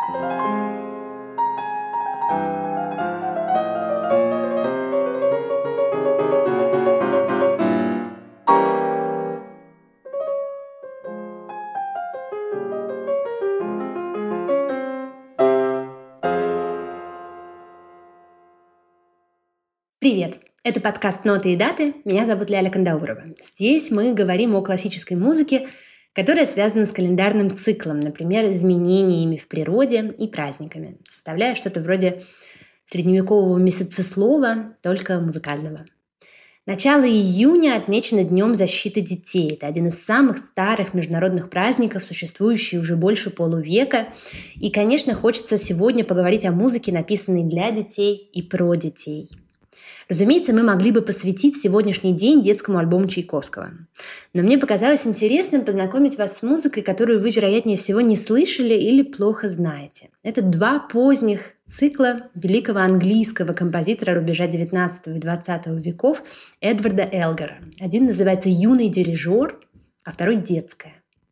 Привет! Это подкаст «Ноты и даты». Меня зовут Ляля Кандаурова. Здесь мы говорим о классической музыке, которая связана с календарным циклом, например, изменениями в природе и праздниками, составляя что-то вроде средневекового месяцеслова, только музыкального. Начало июня отмечено Днем защиты детей. Это один из самых старых международных праздников, существующий уже больше полувека. И, конечно, хочется сегодня поговорить о музыке, написанной для детей и про детей. Разумеется, мы могли бы посвятить сегодняшний день детскому альбому Чайковского. Но мне показалось интересным познакомить вас с музыкой, которую вы, вероятнее всего, не слышали или плохо знаете. Это два поздних цикла великого английского композитора рубежа XIX и XX веков Эдварда Элгара. Один называется «Юный дирижер», а второй «Детская».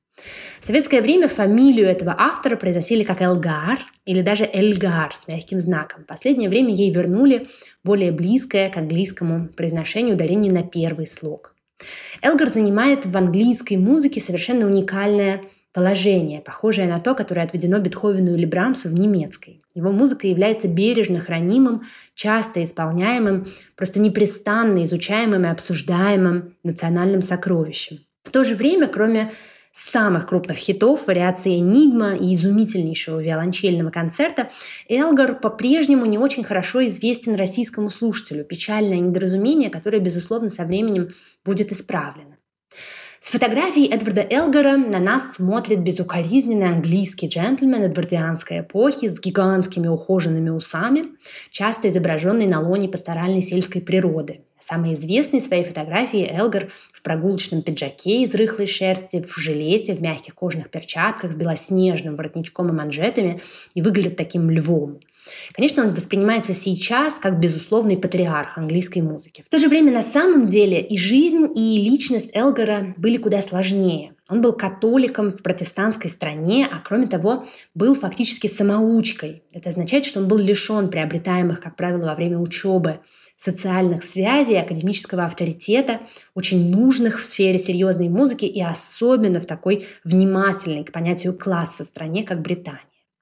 В советское время фамилию этого автора произносили как Элгар или даже Эльгар с мягким знаком. В последнее время ей вернули более близкое к английскому произношению ударение на первый слог. Элгар занимает в английской музыке совершенно уникальное положение, похожее на то, которое отведено Бетховену или Брамсу в немецкой. Его музыка является бережно хранимым, часто исполняемым, просто непрестанно изучаемым и обсуждаемым национальным сокровищем. В то же время, кроме самых крупных хитов, вариации «Энигма» и изумительнейшего виолончельного концерта, Элгар по-прежнему не очень хорошо известен российскому слушателю. Печальное недоразумение, которое, безусловно, со временем будет исправлено. С фотографией Эдварда Элгара на нас смотрит безукоризненный английский джентльмен эдвардианской эпохи с гигантскими ухоженными усами, часто изображенный на лоне пасторальной сельской природы. Самой известной своей фотографии Элгар в прогулочном пиджаке из рыхлой шерсти, в жилете, в мягких кожаных перчатках с белоснежным воротничком и манжетами и выглядит таким львом. Конечно, он воспринимается сейчас как безусловный патриарх английской музыки. В то же время на самом деле и жизнь, и личность Элгара были куда сложнее. Он был католиком в протестантской стране, а кроме того был фактически самоучкой. Это означает, что он был лишен приобретаемых, как правило, во время учебы социальных связей, академического авторитета, очень нужных в сфере серьезной музыки и особенно в такой внимательной к понятию класса стране, как Британия.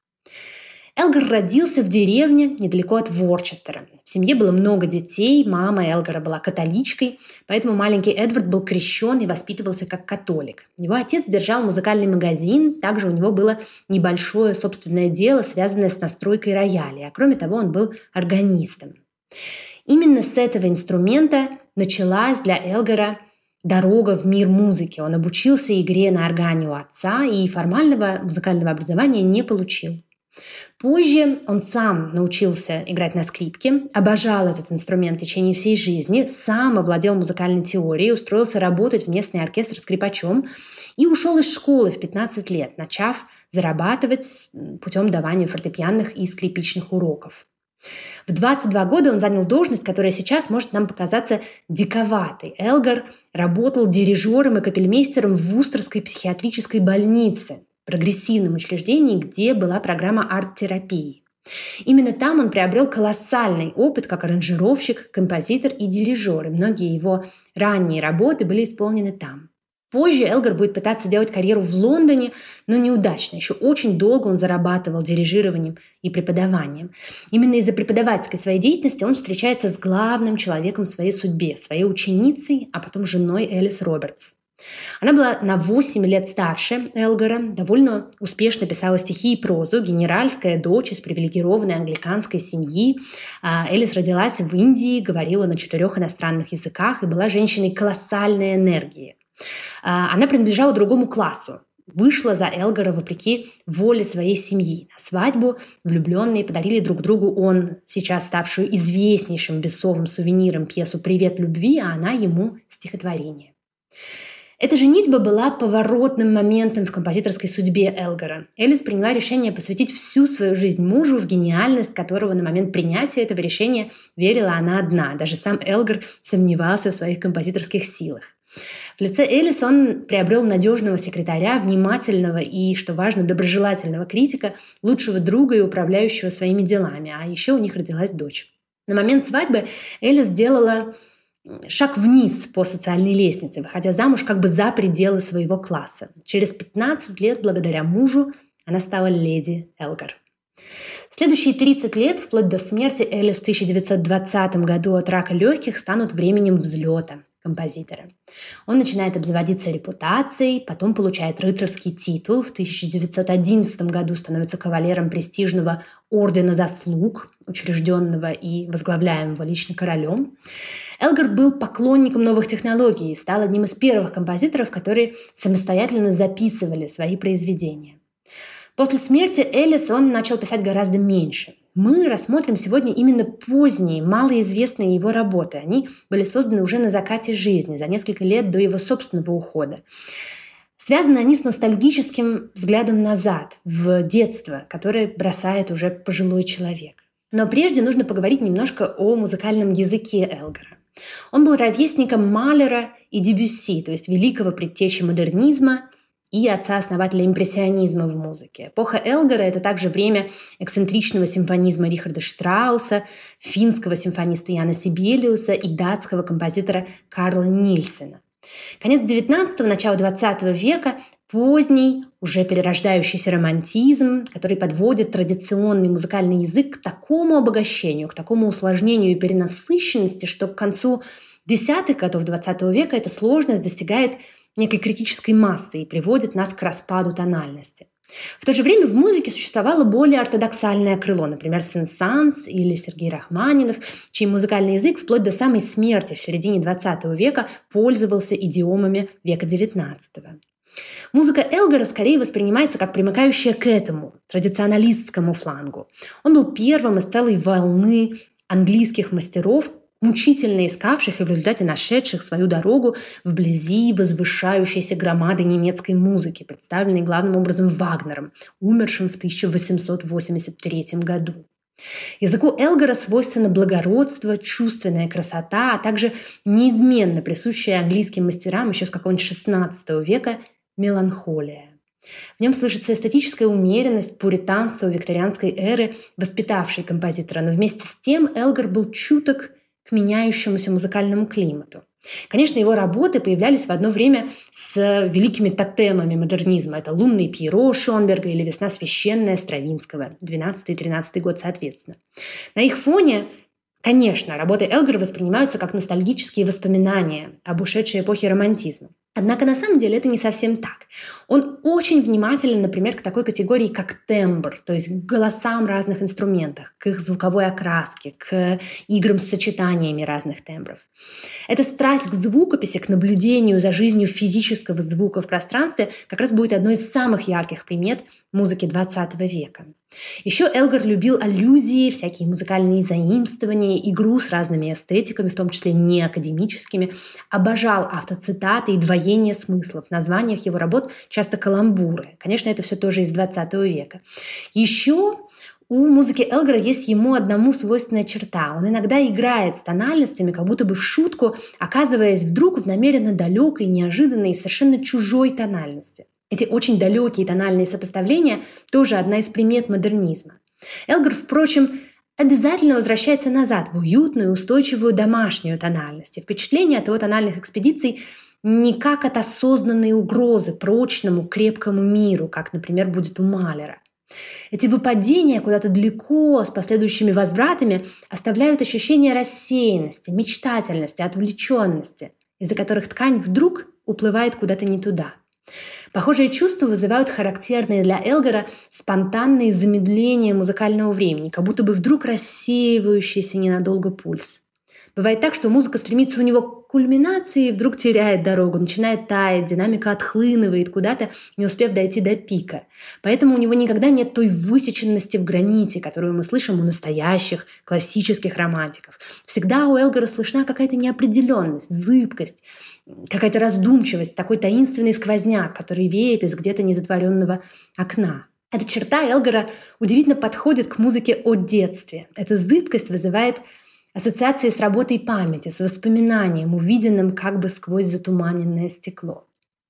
Элгар родился в деревне недалеко от Ворчестера. В семье было много детей, мама Элгара была католичкой, поэтому маленький Эдвард был крещен и воспитывался как католик. Его отец держал музыкальный магазин, также у него было небольшое собственное дело, связанное с настройкой рояля, а кроме того он был органистом. Именно с этого инструмента началась для Элгара дорога в мир музыки. Он обучился игре на органе у отца и формального музыкального образования не получил. Позже он сам научился играть на скрипке, обожал этот инструмент в течение всей жизни, сам овладел музыкальной теорией, устроился работать в местный оркестр скрипачом и ушел из школы в 15 лет, начав зарабатывать путем давания фортепианных и скрипичных уроков. В 22 года он занял должность, которая сейчас может нам показаться диковатой. Элгар работал дирижером и капельмейстером в Вустерской психиатрической больнице, прогрессивном учреждении, где была программа арт-терапии. Именно там он приобрел колоссальный опыт как аранжировщик, композитор и дирижер, и многие его ранние работы были исполнены там. Позже Элгар будет пытаться делать карьеру в Лондоне, но неудачно. Еще очень долго он зарабатывал дирижированием и преподаванием. Именно из-за преподавательской своей деятельности он встречается с главным человеком в своей судьбе, своей ученицей, а потом женой Элис Робертс. Она была на 8 лет старше Элгара, довольно успешно писала стихи и прозу, генеральская дочь из привилегированной англиканской семьи. Элис родилась в Индии, говорила на 4 иностранных языках и была женщиной колоссальной энергии. Она принадлежала другому классу. Вышла за Элгара вопреки воле своей семьи. На свадьбу влюбленные подарили друг другу он, сейчас ставшую известнейшим бессовым сувениром, пьесу «Привет любви», а она ему стихотворение. Эта женитьба была поворотным моментом в композиторской судьбе Элгара. Элис приняла решение посвятить всю свою жизнь мужу, в гениальность которого на момент принятия этого решения верила она одна. Даже сам Элгар сомневался в своих композиторских силах. В лице Элис он приобрел надежного секретаря, внимательного и, что важно, доброжелательного критика, лучшего друга и управляющего своими делами, а еще у них родилась дочь. На момент свадьбы Элис сделала шаг вниз по социальной лестнице, выходя замуж как бы за пределы своего класса. Через 15 лет, благодаря мужу, она стала леди Элгар. Следующие 30 лет, вплоть до смерти Элис в 1920 году от рака легких, станут временем взлета композитора. Он начинает обзаводиться репутацией, потом получает рыцарский титул. В 1911 году становится кавалером престижного Ордена Заслуг, учрежденного и возглавляемого лично королем. Элгар был поклонником новых технологий и стал одним из первых композиторов, которые самостоятельно записывали свои произведения. После смерти Элис он начал писать гораздо меньше. Мы рассмотрим сегодня именно поздние, малоизвестные его работы. Они были созданы уже на закате жизни, за несколько лет до его собственного ухода. Связаны они с ностальгическим взглядом назад, в детство, которое бросает уже пожилой человек. Но прежде нужно поговорить немножко о музыкальном языке Элгара. Он был ровесником Малера и Дебюсси, то есть великого предтечи модернизма и отца-основателя импрессионизма в музыке. Эпоха Элгара – это также время эксцентричного симфонизма Рихарда Штрауса, финского симфониста Яна Сибелиуса и датского композитора Карла Нильсена. Конец XIX – начало XX века – поздний, уже перерождающийся романтизм, который подводит традиционный музыкальный язык к такому обогащению, к такому усложнению и перенасыщенности, что к концу десятых годов XX века эта сложность достигает некой критической массы и приводит нас к распаду тональности. В то же время в музыке существовало более ортодоксальное крыло, например, Сен-Санс или Сергей Рахманинов, чей музыкальный язык вплоть до самой смерти в середине XX века пользовался идиомами века XIX. Музыка Элгара скорее воспринимается как примыкающая к этому традиционалистскому флангу. Он был первым из целой волны английских мастеров, мучительно искавших и в результате нашедших свою дорогу вблизи возвышающейся громады немецкой музыки, представленной главным образом Вагнером, умершим в 1883 году. Языку Элгара свойственно благородство, чувственная красота, а также неизменно присущая английским мастерам еще с какого-нибудь XVI века меланхолия. В нем слышится эстетическая умеренность, пуританство викторианской эры, воспитавшей композитора, но вместе с тем Элгар был чуток к меняющемуся музыкальному климату. Конечно, его работы появлялись в одно время с великими тотемами модернизма. Это «Лунный Пьеро» Шонберга или «Весна священная» Стравинского, 12 и 13 год соответственно. На их фоне, конечно, работы Элгара воспринимаются как ностальгические воспоминания об ушедшей эпохе романтизма. Однако на самом деле это не совсем так. Он очень внимателен, например, к такой категории, как тембр, то есть к голосам разных инструментов, к их звуковой окраске, к играм с сочетаниями разных тембров. Эта страсть к звукописи, к наблюдению за жизнью физического звука в пространстве как раз будет одной из самых ярких примет музыки XX века. Еще Элгар любил аллюзии, всякие музыкальные заимствования, игру с разными эстетиками, в том числе неакадемическими, обожал автоцитаты и двоение смыслов. В названиях его работ часто каламбуры. Конечно, это все тоже из XX века. Еще у музыки Элгара есть ему одному свойственная черта. Он иногда играет с тональностями, как будто бы в шутку, оказываясь вдруг в намеренно далекой, неожиданной и совершенно чужой тональности. Эти очень далекие тональные сопоставления тоже одна из примет модернизма. Элгар, впрочем, обязательно возвращается назад в уютную, устойчивую домашнюю тональность. И впечатление от его тональных экспедиций не как от осознанной угрозы прочному, крепкому миру, как, например, будет у Малера. Эти выпадения куда-то далеко с последующими возвратами оставляют ощущение рассеянности, мечтательности, отвлеченности, из-за которых ткань вдруг уплывает куда-то не туда. Похожие чувства вызывают характерные для Элгара спонтанные замедления музыкального времени, как будто бы вдруг рассеивающийся ненадолго пульс. Бывает так, что музыка стремится у него к кульминации и вдруг теряет дорогу, начинает таять, динамика отхлынывает куда-то, не успев дойти до пика. Поэтому у него никогда нет той высеченности в граните, которую мы слышим у настоящих классических романтиков. Всегда у Элгара слышна какая-то неопределенность, зыбкость, какая-то раздумчивость, такой таинственный сквозняк, который веет из где-то незатворенного окна. Эта черта Элгара удивительно подходит к музыке о детстве. Эта зыбкость вызывает ассоциации с работой памяти, с воспоминанием, увиденным как бы сквозь затуманенное стекло.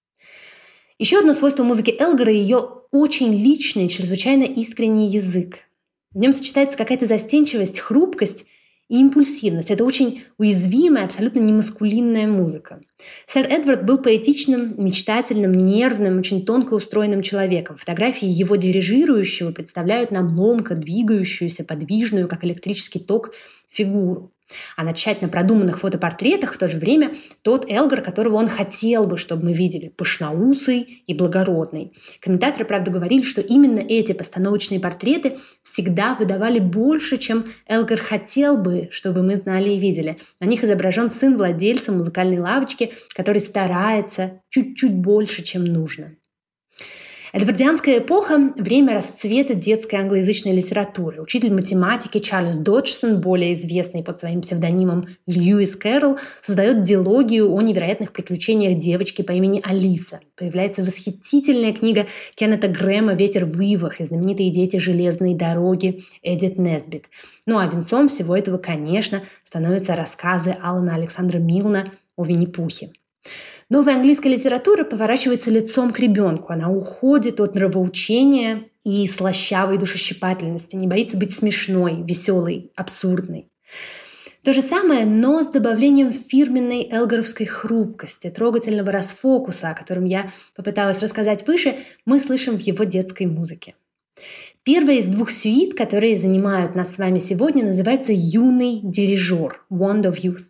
Еще одно свойство музыки Элгара – ее очень личный, чрезвычайно искренний язык. В нем сочетается какая-то застенчивость, хрупкость и импульсивность. Это очень уязвимая, абсолютно немаскулинная музыка. Сэр Эдвард был поэтичным, мечтательным, нервным, очень тонко устроенным человеком. Фотографии его дирижирующего представляют нам ломко двигающуюся, подвижную, как электрический ток, фигуру. А на тщательно продуманных фотопортретах в то же время тот Элгар, которого он хотел бы, чтобы мы видели, пышноусый и благородный. Комментаторы, правда, говорили, что именно эти постановочные портреты всегда выдавали больше, чем Элгар хотел бы, чтобы мы знали и видели. На них изображен сын владельца музыкальной лавочки, который старается чуть-чуть больше, чем нужно. Эдвардианская эпоха – время расцвета детской англоязычной литературы. Учитель математики Чарльз Доджсон, более известный под своим псевдонимом Льюис Кэрролл, создает дилогию о невероятных приключениях девочки по имени Алиса. Появляется восхитительная книга Кеннета Грэма «Ветер в ивах» и знаменитые «Дети железной дороги» Эдит Несбит. Ну а венцом всего этого, конечно, становятся рассказы Алана Александра Милна о Винни-Пухе. Новая английская литература поворачивается лицом к ребенку. Она уходит от нравоучения и слащавой душещипательности, не боится быть смешной, веселой, абсурдной. То же самое, но с добавлением фирменной элгаровской хрупкости, трогательного расфокуса, о котором я попыталась рассказать выше, мы слышим в его детской музыке. Первая из двух сюит, которые занимают нас с вами сегодня, называется «Юный дирижер» – «Wand of Youth».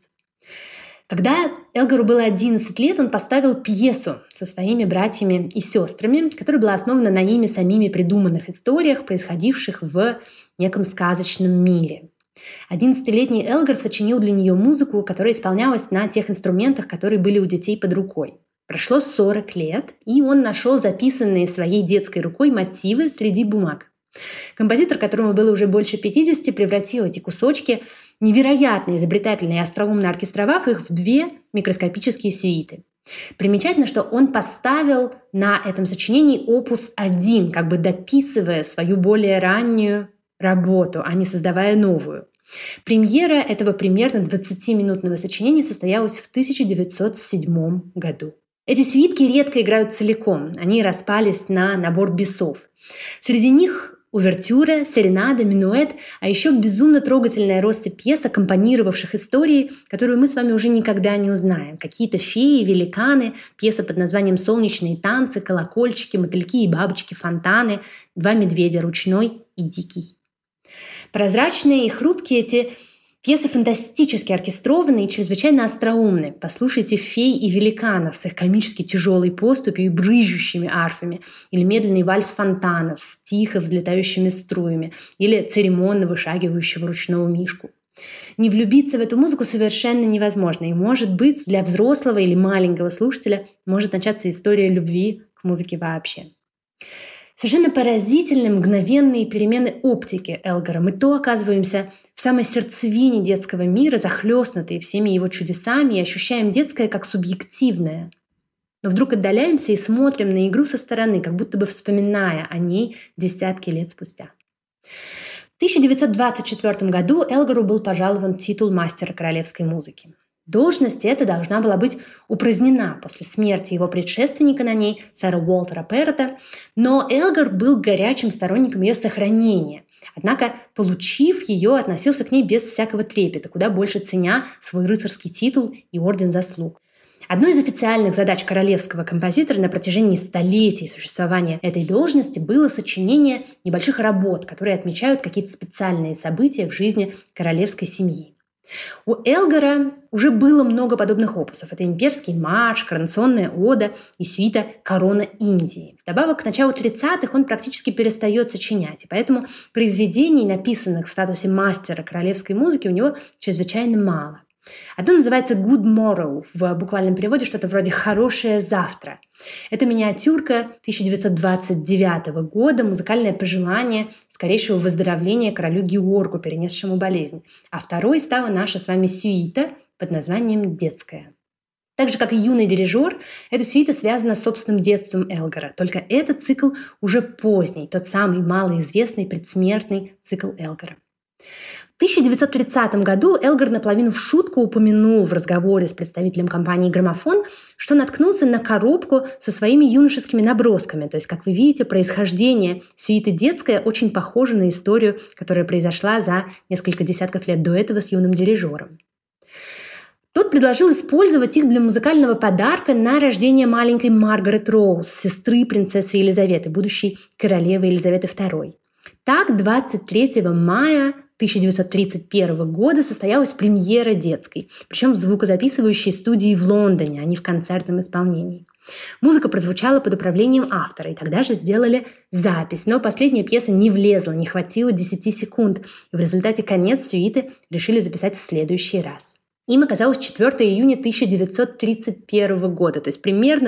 Когда Элгару было 11 лет, он поставил пьесу со своими братьями и сестрами, которая была основана на ими самими придуманных историях, происходивших в неком сказочном мире. 11-летний Элгар сочинил для нее музыку, которая исполнялась на тех инструментах, которые были у детей под рукой. Прошло 40 лет, и он нашел записанные своей детской рукой мотивы среди бумаг. Композитор, которому было уже больше 50, превратил эти кусочки, невероятно изобретательно и остроумно оркестровав их, в 2 микроскопические сюиты. Примечательно, что он поставил на этом сочинении опус 1, как бы дописывая свою более раннюю работу, а не создавая новую. Премьера этого примерно 20-минутного сочинения состоялась в 1907 году. Эти сюитки редко играют целиком, они распались на набор бисов. Среди них увертюра, серенада, минуэт, а еще безумно трогательная россыпь пьес, аккомпанировавших истории, которую мы с вами уже никогда не узнаем. Какие-то феи, великаны, пьеса под названием «Солнечные танцы», «Колокольчики», «Мотыльки и бабочки», «Фонтаны», «Два медведя», «Ручной» и «Дикий». Прозрачные и хрупкие эти пьесы фантастически оркестрованные и чрезвычайно остроумные. Послушайте «Фей и великанов» с их комически тяжелой поступью и брызжущими арфами, или медленный вальс фонтанов с тихо взлетающими струями, или церемонно вышагивающего ручного мишку. Не влюбиться в эту музыку совершенно невозможно, и, может быть, для взрослого или маленького слушателя может начаться история любви к музыке вообще. Совершенно поразительны мгновенные перемены оптики Элгара. Мы то оказываемся в самой сердцевине детского мира, захлестнутые всеми его чудесами, и ощущаем детское как субъективное. Но вдруг отдаляемся и смотрим на игру со стороны, как будто бы вспоминая о ней десятки лет спустя. В 1924 году Элгару был пожалован титул мастера королевской музыки. Должность эта должна была быть упразднена после смерти его предшественника на ней, сэра Уолтера Перрота, но Элгар был горячим сторонником ее сохранения. Однако, получив ее, относился к ней без всякого трепета, куда больше ценя свой рыцарский титул и орден заслуг. Одной из официальных задач королевского композитора на протяжении столетий существования этой должности было сочинение небольших работ, которые отмечают какие-то специальные события в жизни королевской семьи. У Элгара уже было много подобных опусов. Это имперский марш, коронационная ода и сюита «Корона Индии». Вдобавок, к началу 30-х он практически перестает сочинять, и поэтому произведений, написанных в статусе мастера королевской музыки, у него чрезвычайно мало. Одно называется «Good Morrow», в буквальном переводе что-то вроде «хорошее завтра». Это миниатюрка 1929 года, музыкальное пожелание скорейшего выздоровления королю Георгу, перенесшему болезнь. А второй стала наша с вами сюита под названием «Детская». Так же, как и «Юный дирижер», эта сюита связана с собственным детством Элгара. Только этот цикл уже поздний, тот самый малоизвестный предсмертный цикл Элгара. В В 1930 году Элгар наполовину в шутку упомянул в разговоре с представителем компании «Граммофон», что наткнулся на коробку со своими юношескими набросками. То есть, как вы видите, происхождение сюиты «Детская» очень похоже на историю, которая произошла за несколько десятков лет до этого с юным дирижером. Тот предложил использовать их для музыкального подарка на рождение маленькой Маргарет Роуз, сестры принцессы Елизаветы, будущей королевы Елизаветы II. Так, 23 мая 1931 года состоялась премьера «Детской», причем в звукозаписывающей студии в Лондоне, а не в концертном исполнении. Музыка прозвучала под управлением автора, и тогда же сделали запись, но последняя пьеса не влезла, не хватило 10 секунд, и в результате конец сюиты решили записать в следующий раз. Им оказалось 4 июня 1931 года, то есть примерно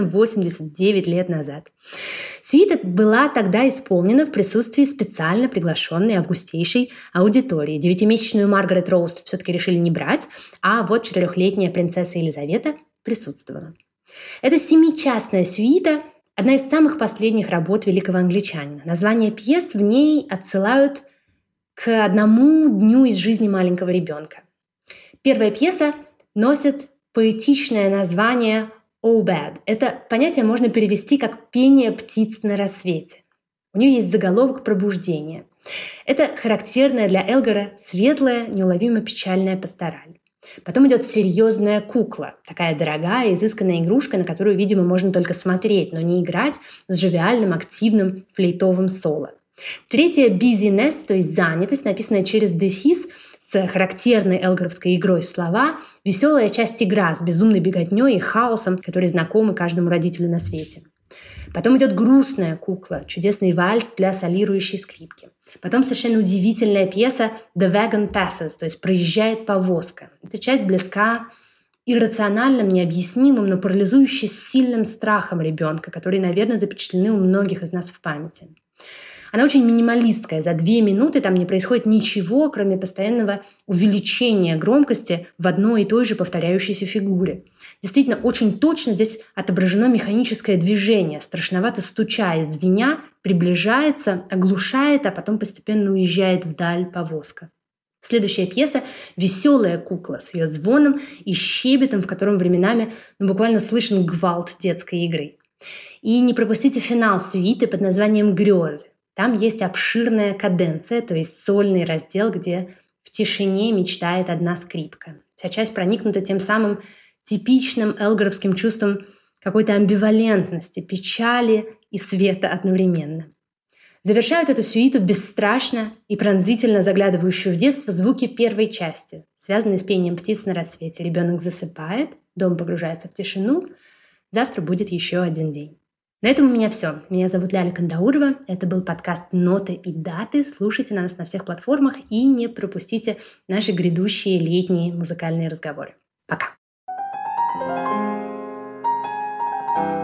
89 лет назад. Сюита была тогда исполнена в присутствии специально приглашенной августейшей аудитории. 9-месячную Маргарет Роуз все-таки решили не брать, а вот 4-летняя принцесса Елизавета присутствовала. Эта 7-частная сюита – одна из самых последних работ великого англичанина. Названия пьес в ней отсылают к одному дню из жизни маленького ребенка. Первая пьеса носит поэтичное название «Oh Bad». Это понятие можно перевести как «пение птиц на рассвете». У нее есть заголовок «Пробуждение». Это характерная для Элгара светлая, неуловимо печальная пастораль. Потом идет серьезная кукла, такая дорогая, изысканная игрушка, на которую, видимо, можно только смотреть, но не играть, с живиальным, активным флейтовым соло. Третья «Busyness», то есть занятость, написанная через дефис, с характерной элгаровской игрой в слова, веселая часть игра с безумной беготней и хаосом, которые знакомы каждому родителю на свете. Потом идет грустная кукла, чудесный вальс для солирующей скрипки. Потом совершенно удивительная пьеса «The Wagon Passes», то есть «Проезжает повозка». Эта часть близка иррациональным, необъяснимым, но парализующей сильным страхом ребенка, которые, наверное, запечатлены у многих из нас в памяти. Она очень минималистская. За 2 минуты там не происходит ничего, кроме постоянного увеличения громкости в одной и той же повторяющейся фигуре. Действительно, очень точно здесь отображено механическое движение. Страшновато стуча и звеня, приближается, оглушает, а потом постепенно уезжает вдаль повозка. Следующая пьеса – «Веселая кукла» с ее звоном и щебетом, в котором временами буквально слышен гвалт детской игры. И не пропустите финал сюиты под названием «Грезы». Там есть обширная каденция, то есть сольный раздел, где в тишине мечтает одна скрипка. Вся часть проникнута тем самым типичным элгаровским чувством какой-то амбивалентности, печали и света одновременно. Завершают эту сюиту бесстрашно и пронзительно заглядывающую в детство звуки первой части, связанные с пением птиц на рассвете. Ребенок засыпает, дом погружается в тишину, завтра будет еще один день. На этом у меня все. Меня зовут Ляля Кандаурова. Это был подкаст «Ноты и даты». Слушайте нас на всех платформах и не пропустите наши грядущие летние музыкальные разговоры. Пока!